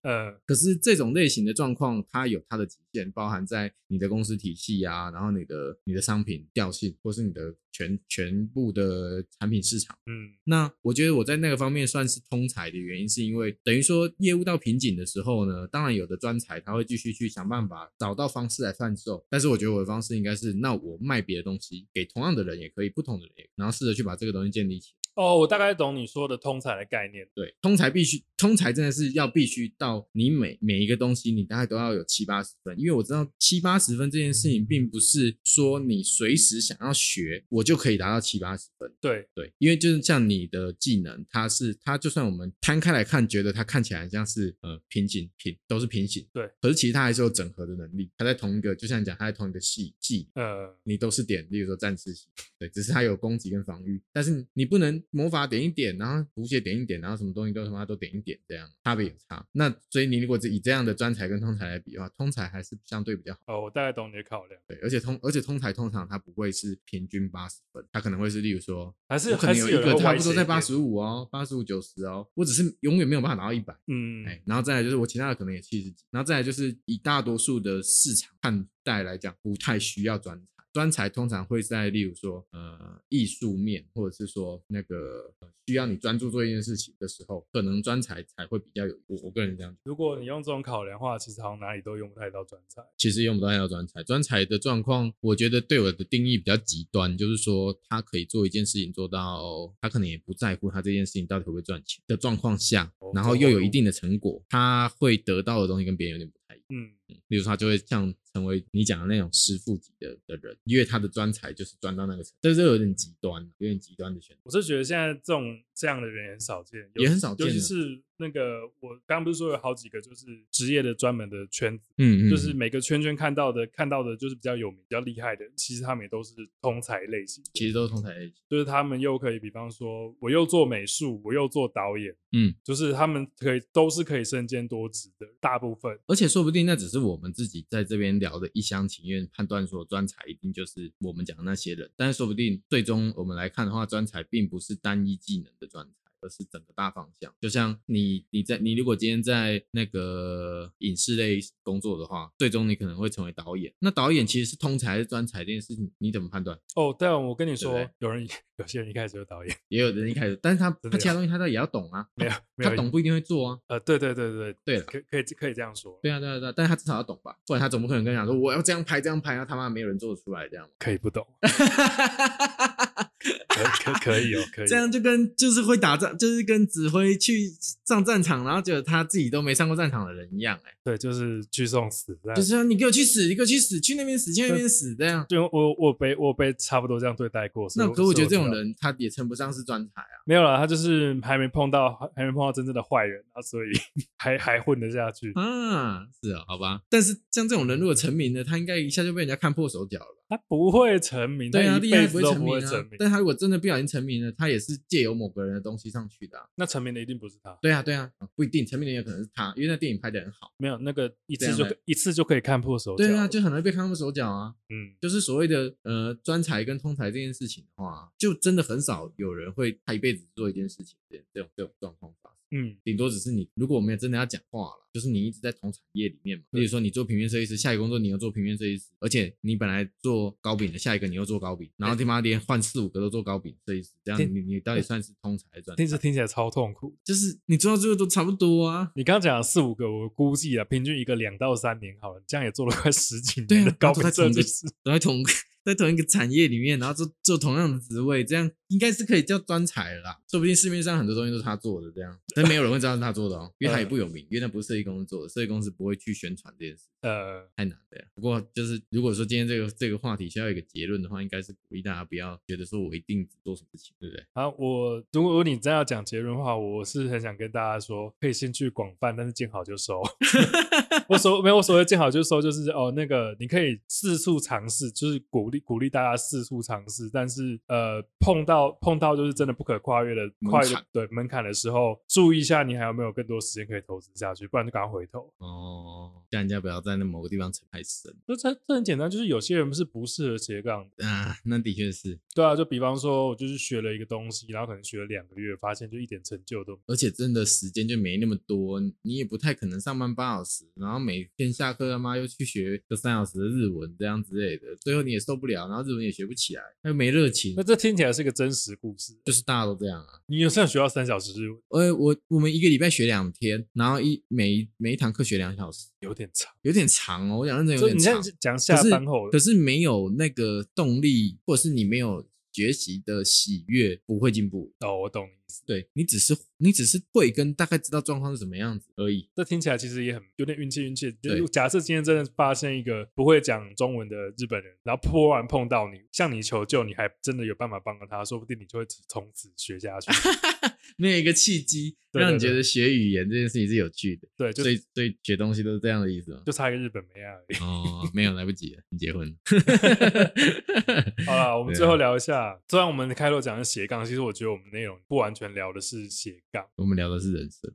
可是这种类型的状况，它有它的极限，包含在你的公司体系啊，然后你的商品调性，或是你的全部的产品市场。那我觉得我在那个方面算是通才的原因，是因为等于说业务到瓶颈的时候呢，当然有的专才他会继续去想办法找到方式来贩售，但是我觉得我的方式应该是，那我卖别的东西给同样的人也可以，不同的人也可以，然后试着去把这个东西建立起来。 我大概懂你说的通才的概念。 对，通才真的是必须到你每一个东西你大概都要有70-80分，因为我知道70-80分这件事情并不是说你随时想要学我就可以达到70-80分。 对， 因为就是像你的技能，它就算我们摊开来看，觉得它看起来像是都是平行， 对， 可是其实它还是有整合的能力。它在同一个，就像你讲，它在同一个系，你都是点，例如说战士系，对，只是它有攻击跟防御，但是你不能魔法点一点，然后补血点一点，然后什么东西都他妈都点一点，这样差别有差。那所以你如果以这样的专才跟通才来比的话，通才还是相对比较好。 我大概懂你的考量。 对，而且通才通常它不会是平均80分，它可能会是例如说， 还是我可能有一个差不多在 85 哦，85、90哦，我只是永远没有办法拿到100。然后再来就是我其他的可能也70几，然后再来就是以大多数的市场看待来讲，不太需要专才。专才通常会在例如说艺术面，或者是说那个需要你专注做一件事情的时候，可能专才才会比较有我个人这样觉得。 如果你用这种考量的话，其实好像哪里都用不太到专才。 其实用不太到专才。专才的状况，我觉得对我的定义比较极端，就是说他可以做一件事情做到，他可能也不在乎他这件事情到底会不会赚钱的状况下，然后又有一定的成果，他会得到的东西跟别人有点不太一样。例如说他就会像成为你讲的那种师傅级的人，因为他的专才就是专到那个程度，这有点极端的选择。 我是觉得现在这样的人也很少见， 也很少见， 尤其是那个我刚刚不是说有好几个就是职业的专门的圈子，就是每个圈看到的就是比较有名比较厉害的，其实他们也都是通才类型， 其实都是通才类型， 就是他们又可以比方说我又做美术，我又做导演，就是他们都是可以身兼多职的大部分。 而且说不定那只是我们自己在这边聊的一厢情愿，判断说专才一定就是我们讲的那些人，但是说不定最终我们来看的话，专才并不是单一技能的专才，而是整个大方向。就像你如果今天在那个影视类工作的话，最终你可能会成为导演。那导演其实是通才还是专才这件事情，你怎么判断？ 对啊，我跟你说，有些人一开始就是导演， 也有人一开始，但是他其他东西他也要懂啊。 没有， 他懂不一定会做啊。 对了， 可以这样说。 对啊，但是他至少要懂吧，不然他总不可能跟你讲说我要这样拍，然后他妈没有人做得出来这样。 可以不懂。可以可以。 这样就是会打仗，就是跟指挥去上战场，然后觉得他自己都没上过战场的人一样。 对，就是去送死， 就是说你给我去死，去那边死，去那边死，这样。 就我被差不多这样对待过。 那可我觉得这种人他也称不上是专才啊。 没有啦，他就是还没碰到真正的坏人啊，所以还混得下去啊。是啊，好吧。但是像这种人如果成名了，他应该一下就被人家看破手脚了吧？ 他不会成名， 对啊， 一辈子都不会成名。但他如果真的不小心成名了，他也是借由某个人的东西上去的。 那成名的一定不是他。 对啊，不一定，成名的也可能是他，因为那电影拍得很好。 没有那个一次就可以看破手脚。 对啊，就很容易被看破手脚啊。就是所谓的专才跟通才这件事情的话，就真的很少有人会他一辈子做一件事情这种状况发生。顶多只是你，如果我们真的要讲话了，就是你一直在同产业里面嘛。例如说你做平面设计师，下一个工作你又做平面设计师，而且你本来做糕饼的，下一个你又做糕饼，然后他妈连换4-5个都做糕饼设计师，这样你到底算是通才还是专才？ 听起来超痛苦。 就是你做到最后都差不多啊。 你刚刚讲的4-5个，我估计啊，平均一个2到3年好了，这样也做了快10几年的糕饼设计师， 在同一个产业里面，然后做同样的职位，这样应该是可以叫专才了啦。说不定市面上很多东西都是他做的，这样，但没有人会知道是他做的哦，因为他也不有名，因为那不是设计公司做的，设计公司不会去宣传这件事，太难了。不过就是如果说今天这个话题需要一个结论的话，应该是鼓励大家不要觉得说我一定只做什么事情，对不对？ 好，如果你真要讲结论的话，我是很想跟大家说，可以兴趣广泛，但是见好就收。我所谓见好就收，就是那个你可以四处尝试，就是鼓励大家四处尝试，但是碰到就是真的不可跨越的门槛的时候，注意一下你还有没有更多时间可以投资下去，不然就赶快回头。 叫人家不要在那某个地方沉太深。 这很简单，就是有些人是不适合斜杠的啊，那的确是。 对啊，就比方说我就是学了一个东西，然后可能学了2个月，发现就一点成就都没有， 而且真的时间就没那么多，你也不太可能上班8小时，然后每天下课他妈又去学个3小时的日文这样之类的，最后你也受不了，然后日文也学不起来，又没热情那。这听起来是个真实故事， 就是大家都这样啊。 你有上学到3小时日文， 我们一个礼拜学2天，然后每一堂课学2小时， 有点长。 有点长哦。我讲认真有所以你点长。 现在讲下班后可是没有那个动力，或者是你没有学习的喜悦，不会进步。 哦，我懂你意思。 对，你只是会跟大概知道状况是什么样子而已。 这听起来其实也很有点运气，就是对假设今天真的发现一个不会讲中文的日本人，然后突然碰到你，向你求救，你还真的有办法帮到他，说不定你就会从此学下去。 没有一个契机对对对让你觉得学语言这件事情是有趣的。 对，就所以学东西都是这样的意思吗？ 就差一个日本妹而已。 哦，没有来不及了，你结婚了。 好了，我们最后聊一下，虽然我们开头讲的是斜杠，其实我觉得我们内容不完全聊的是斜杠， 我们聊的是人生。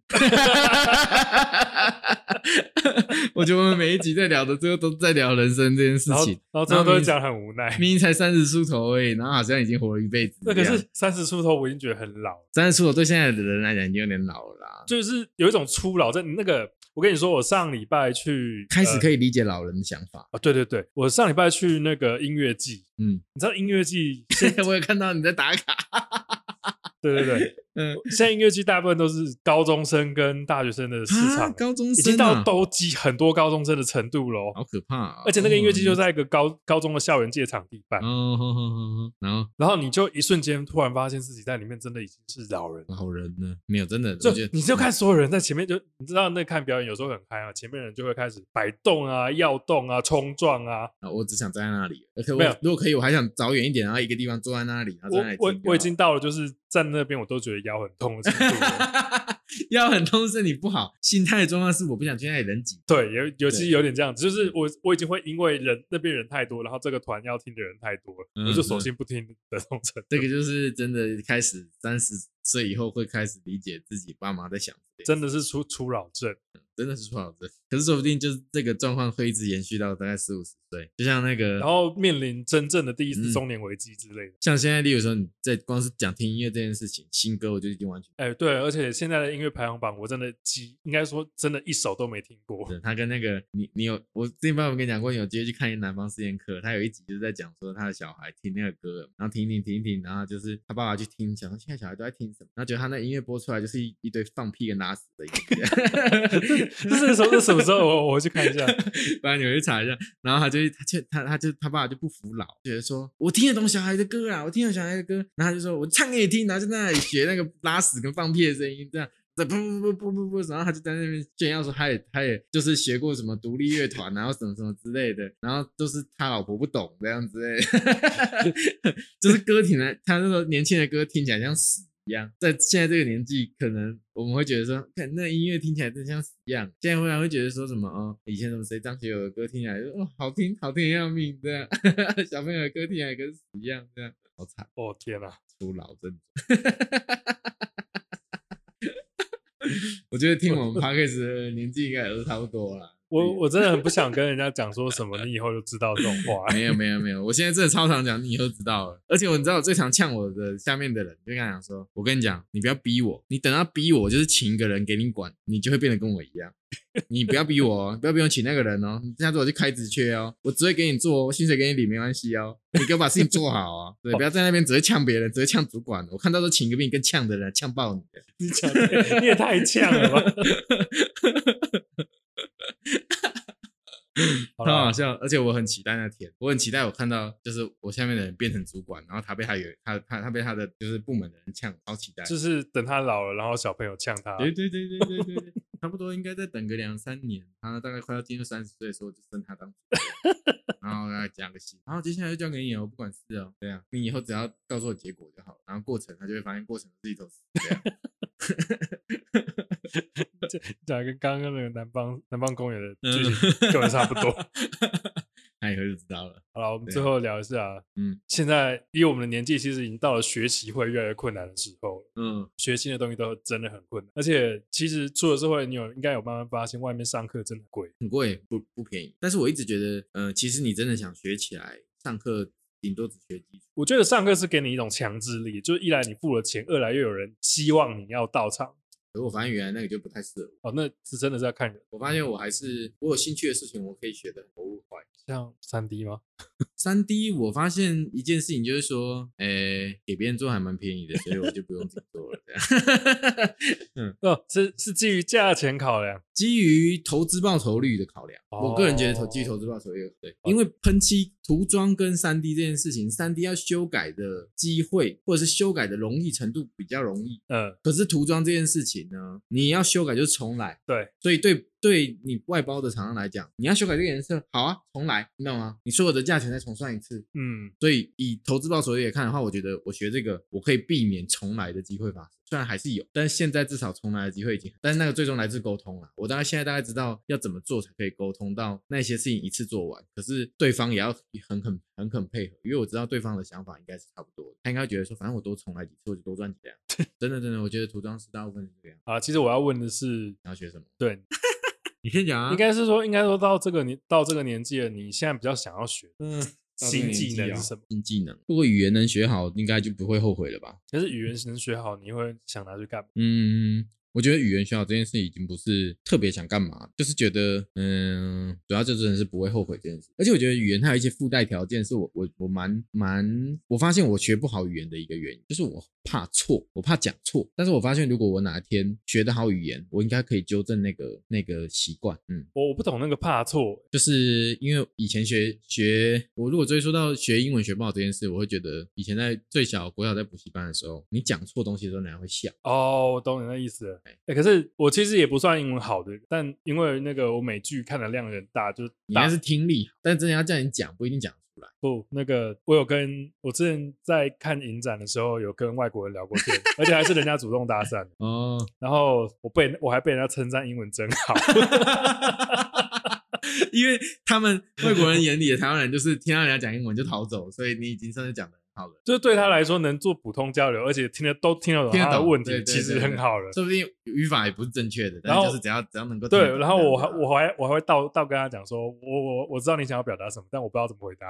我觉得我们每一集在聊的最后都在聊人生这件事情， 然后最后都会讲很无奈。 明明才30出头而已，然后好像已经活了一辈子。 那可是30出头，我已经觉得很老了。 30出头对现在的人来讲已经有点老了啦， 就是有一种初老在你那个。我跟你说，我上礼拜去开始可以理解老人的想法。 对对对，我上礼拜去那个音乐季，你知道音乐季， 我也看到你在打卡。 对对对，现在音乐季大部分都是高中生跟大学生的市场， 高中生、啊、 已经到都挤很多高中生的程度了， 好可怕、啊！ 而且那个音乐季就在一个高中的校园界场地办，然后你就一瞬间突然发现自己在里面真的已经是老人呢，没有真的， 就你就看所有人在前面，就你知道那看表演有时候很嗨啊，前面人就会开始摆动啊、跃动啊、冲撞啊。 我只想站在那里，没有，如果可以，我还想找远一点，然后一个地方坐在那里，然后在那里听。 我已经到了，就是站那边我都觉得腰很痛的程度了。 腰很痛，身体不好，心态的状况是我不想去那里人挤。 对，尤其有点这样子，就是我已经会因为那边人太多，然后这个团要听的人太多了，我就索性不听的这种程度。 这个就是真的开始30岁以后会开始理解自己爸妈在想， 真的是初老症。 真的是初老症，可是说不定就是这个状况会一直延续到大概40-50岁，就像那个， 然后面临真正的第一次中年危机之类的。 像现在，例如说你在光是讲听音乐这件事情，新歌我就已经完全， 对，而且现在的音乐排行榜，我真的应该说真的一首都没听过。 他跟那个你有，我之前爸爸跟你讲过，你有直接去看南方四剑客，他有一集就是在讲说他的小孩听那个歌，然后听，然后就是他爸爸去听，想说现在小孩都在听什么，然后觉得他那音乐播出来就是一堆放屁跟拉屎的音乐。 这是什么时候？我去看一下， 不然你回去查一下。然后他爸爸就不服老，觉得说我听得懂小孩的歌啦，我听得懂小孩的歌，然后他就说我唱给你听，然后就在那里学那个拉屎跟放屁的声音，这样。不，然后他就在那边炫耀说他也就是学过什么独立乐团，然后什么什么之类的，然后都是他老婆不懂这样之类的，就是歌听来，他那个年轻的歌听起来像屎一样，在现在这个年纪，可能我们会觉得说，看那音乐听起来真像屎一样，现在会觉得说什么以前什么谁张学友的歌听起来好听得要命这样，小朋友的歌听起来跟屎一样这样，好惨天哪， 初老症。我觉得听我们 Podcast 的年纪应该也都差不多啦。 我真的很不想跟人家讲说什么你以后就知道这种话。 没有，我现在真的超常讲你以后知道了。而且你知道我最常呛我的下面的人，就跟他讲说，我跟你讲，你不要逼我，你等到逼我就是请一个人给你管，你就会变得跟我一样。你不要逼我不要逼我请那个人哦，你下次我去开职缺哦，我只会给你做，我薪水给你领没关系哦，你给我把事情做好哦。对，不要在那边只会呛别人，只会呛主管，我看到都请一个比你更呛的人呛爆你的。 你也太呛了吧。 很好笑，而且我很期待那天，我很期待我看到就是我下面的人变成主管，然后他被他被他的就是部门的人呛，超期待。 就是等他老了，然后小朋友呛他。 对，差不多应该再等个2-3年，他大概快要进入30岁的时候就升他当主管，然后再加个薪，然后接下来就交给你哦，不管事哦，对啊，你以后只要告诉我结果就好，然后过程他就会发现过程自己都是这样。 讲跟刚刚那个南方公园的剧情根本差不多。 他以后就知道了。 好了，我们最后聊一下，现在以我们的年纪，其实已经到了学习会越来越困难的时候了。学新的东西都真的很困难，而且其实出了社会，你应该有慢慢发现，外面上课真的贵， 很贵，不便宜。但是我一直觉得，其实你真的想学起来，上课顶多只学基础。 我觉得上课是给你一种强制力，就是一来你付了钱，二来又有人希望你要到场。 可是我发现原来那个就不太适合我。那是真的是要看人。 我发现我有兴趣的事情，我可以学得很投入快。 像3D 吗 ？3D 我发现一件事情就是说，给别人做还蛮便宜的，所以我就不用自己做了。 是基于价钱考量， 基于投资报酬率的考量。我个人觉得基于投资报酬率对，因为喷漆、涂装跟3D 这件事情，3D 要修改的机会或者是修改的容易程度比较容易。可是涂装这件事情呢，你要修改就是重来。 对， 所以对你外包的厂商来讲，你要修改这个颜色，好啊，重来，你懂吗？你所有的价钱再重算一次。所以以投资报酬率来看的话，我觉得我学这个，我可以避免重来的机会发生。虽然还是有，但是现在至少重来的机会已经，但是那个最终来自沟通了。我现在大概知道要怎么做才可以沟通到那些事情一次做完，可是对方也要很肯配合，因为我知道对方的想法应该是差不多的，他应该觉得说，反正我多重来几次，我就多赚几两。真的，我觉得涂装师大部分是这样。 其实我要问的是， 你要学什么？ 对。 你先讲啊。 应该说到这个年纪了，你现在比较想要学新技能是什么？ 新技能，如果语言能学好，应该就不会后悔了吧？ 可是语言能学好，你会想拿去干嘛？ 我觉得语言学好这件事已经不是特别想干嘛，就是觉得主要就真的是不会后悔这件事。而且我觉得语言它有一些附带条件，是我发现我学不好语言的一个原因，就是我怕错，我怕讲错。但是我发现如果我哪一天学得好语言，我应该可以纠正那个习惯。 我不懂那个怕错， 就是因为以前我如果追溯到学英文学不好这件事，我会觉得以前在国小在补习班的时候，你讲错东西的时候，人家会笑。 我懂你的意思了。可是我其实也不算英文好的，但因为那个我美剧看的量很大，就你应该是听力，但真的要叫你讲，不一定讲出来。 不，那个我之前在看影展的时候，有跟外国人聊过天，而且还是人家主动搭讪的。然后我还被人家称赞英文真好。 因为他们外国人眼里的台湾人就是听到人家讲英文就逃走，所以你已经算是讲的很好了。 就是对他来说能做普通交流，而且听得懂他的问题，其实很好了。 说不定语法也不是正确的，但是就是只要能够对。然后我还会倒跟他讲说，我知道你想要表达什么，但我不知道怎么回答。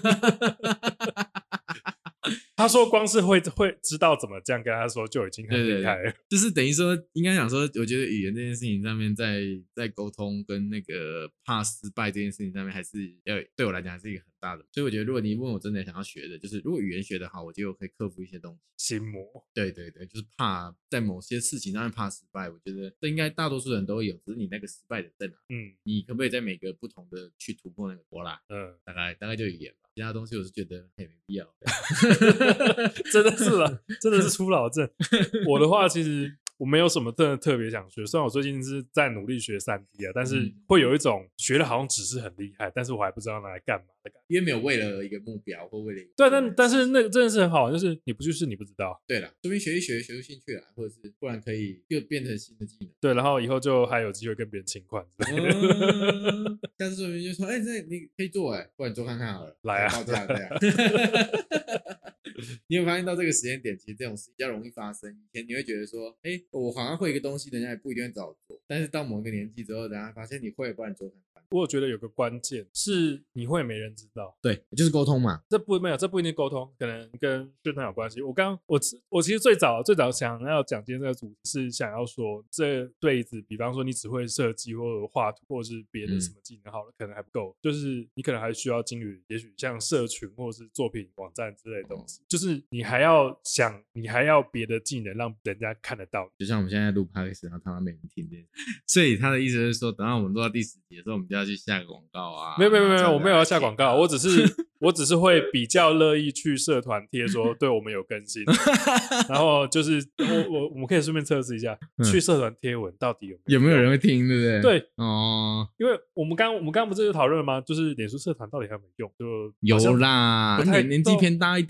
他说光是会知道怎么这样跟他说就已经很厉害了。 就是等于说应该讲说，我觉得语言这件事情上面在沟通跟那个怕失败这件事情上面，还是对我来讲还是一个很大的。所以我觉得如果你问我真的想要学的，就是如果语言学得好，我觉得我可以克服一些东西。 心魔。对， 就是怕在某些事情上面怕失败，我觉得这应该大多数人都有，只是你那个失败的在哪。你可不可以在每个不同的去突破那个波啦？大概就语言吧。其他东西我是觉得也没必要。 真的是啦，真的是初老症。我的话其实我没有什么真的特别想学，虽然我最近是在努力学3D 但是会有一种学的好像只是很厉害，但是我还不知道拿来干嘛的感觉。 因为没有为了一个目标或为了一个对，但是那个真的是很好，就是你不去试你不知道。 对啦，说不定学一学出兴趣来，或者是不然可以又变成新的技能。 对，然后以后就还有机会跟别人请款之类的。 但是说明就说，这你可以做不然你做看看好了， 来啊， 这样。你有发现到这个时间点，其实这种事比较容易发生。以前你会觉得说，我好像会一个东西，人家也不一定会找我做。但是到某个年纪之后，人家发现你会，不然你做看看。 我觉得有个关键是你会没人知道。 对，就是沟通嘛。 这不一定沟通，可能跟宣传有关系。我其实最早想要讲今天这个主题是想要说，这辈子比方说你只会设计或者画图或者是别的什么技能好了，可能还不够，就是你可能还需要经营，也许像社群或者是作品网站之类的东西，就是你还要别的技能让人家看得到。 就像我们现在录 podcast， 然后他们没人听见，所以他的意思是说，等到我们录到第10集的时候，我们就要去下个广告啊。没有， 我没有要下广告，我只是会比较乐意去社团贴说，对我们有更新，然后就是我们可以顺便测试一下，去社团贴文到底有没有人会听，对不对？ 对因为我们刚不是就讨论了吗？就是脸书社团到底还有没有用？就有啦，年纪偏大一点而已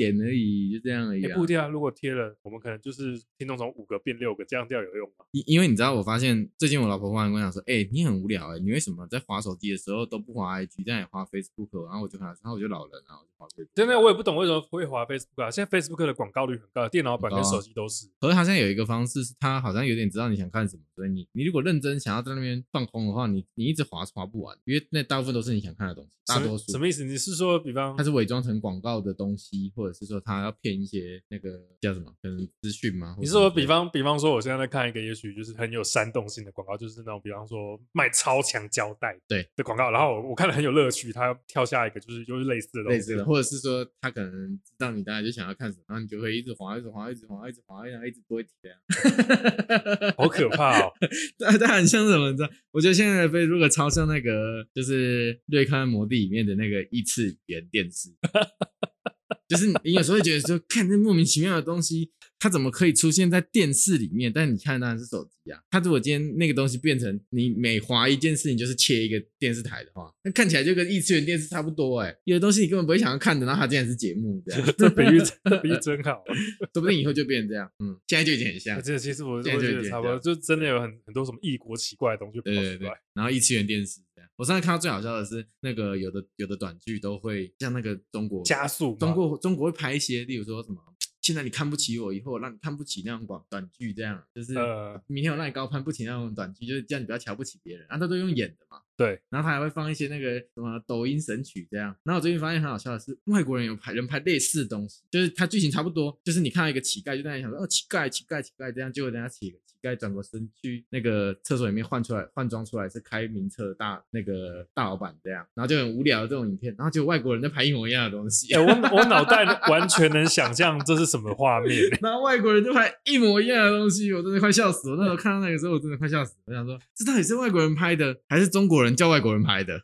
已，就这样而已、啊。 不一定啊，如果贴了，我们可能就是听众从5个变6个，这样有用吗？ 因为你知道，我发现最近我老婆忽然跟我讲说，你很无聊你为什么在滑手机的时候都不滑 IG， 但也滑 Facebook？ 然后我就老人啊，我就滑 Facebook。 真的，我也不懂为什么会滑 Facebook 啊。现在 Facebook 的广告率很高，电脑版跟手机都是。 可是它现在有一个方式，是它好像有点知道你想看什么，所以你如果认真想要在那边放空的话，你一直滑不完，因为那大部分都是你想看的东西，大多数。 什么意思？你是说，比方它是伪装成广告的东西，或者是说它要骗一些那个叫什么，可能资讯吗？ 你是说，比方说，我现在在看一个，也许就是很有煽动性的广告，就是那种比方说卖超强胶带的广告，然后我看了很有乐趣，它跳下一个就是类似的东西， 或者是说它可能知道你大概就想要看什么，然后你就会一直滑，一直不会停这样。 好可怕哦！ 它很像什么？你知道？我觉得现在的 Facebook 超像那个，就是瑞康魔地里面的那个异次元电视。就是你有时候会觉得说，看这莫名其妙的东西，它怎么可以出现在电视里面？但是你看当然是手机啊。它如果今天那个东西变成你每滑一件事情就是切一个电视台的话，那看起来就跟异次元电视差不多有的东西你根本不会想要看的，然后它竟然是节目这样。 这比喻真好， 说不定以后就变成这样。现在就已经很像。 这其实我觉得差不多，就真的有很多什么异国奇怪的东西跑出来。 对，然后异次元电视这样。我上次看到最好笑的是，那个有的短剧都会像那个中国加速， 中国会拍一些，例如说什么现在你看不起我，以后我让你看不起那种短剧，这样就是明天我让你高攀不起那种短剧，就是叫你不要瞧不起别人。他都用演的嘛。 对， 然后他还会放一些那个什么抖音神曲这样。然后我最近发现很好笑的是，外国人有人拍类似的东西，就是他剧情差不多，就是你看到一个乞丐，就在那里想说乞丐这样，结果人家乞丐转过身去那个厕所里面换装出来是开名车的大老板这样，然后就很无聊的这种影片，然后就外国人在拍一模一样的东西。 我脑袋完全能想象这是什么画面。 然后外国人就拍一模一样的东西，我真的快笑死我。那时候看到那个时候我真的快笑死我，想说这到底是外国人拍的还是中国人叫外国人拍的？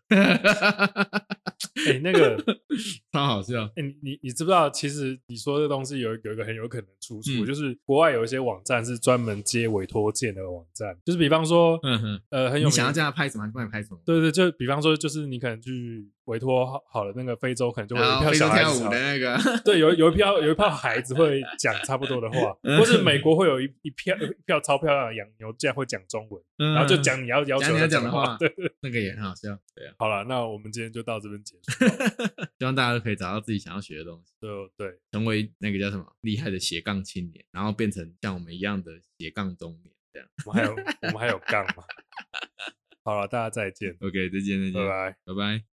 那个超好笑。 你知不知道，其实你说的东西有一个很有可能出处，就是国外有一些网站是专门接委托件的网站，就是比方说很有名， 你想要叫他拍什么，他就帮你拍什么。 对，就比方说就是你可能去委托好了那个非洲，可能就会有一票小孩子跳舞的那个。 对，有一票孩子会讲差不多的话，或是美国会有一票超漂亮的洋牛，这样会讲中文，然后就讲你要求你要讲的话。对， 那个也很好笑。对啊。 好了，那我们今天就到这边结束。 希望大家都可以找到自己想要学的东西。 对， 成为那个叫什么厉害的斜杠青年，然后变成像我们一样的斜杠中年这样。 我们还有杠吗？好了，大家再见。 OK， 再见， 拜拜。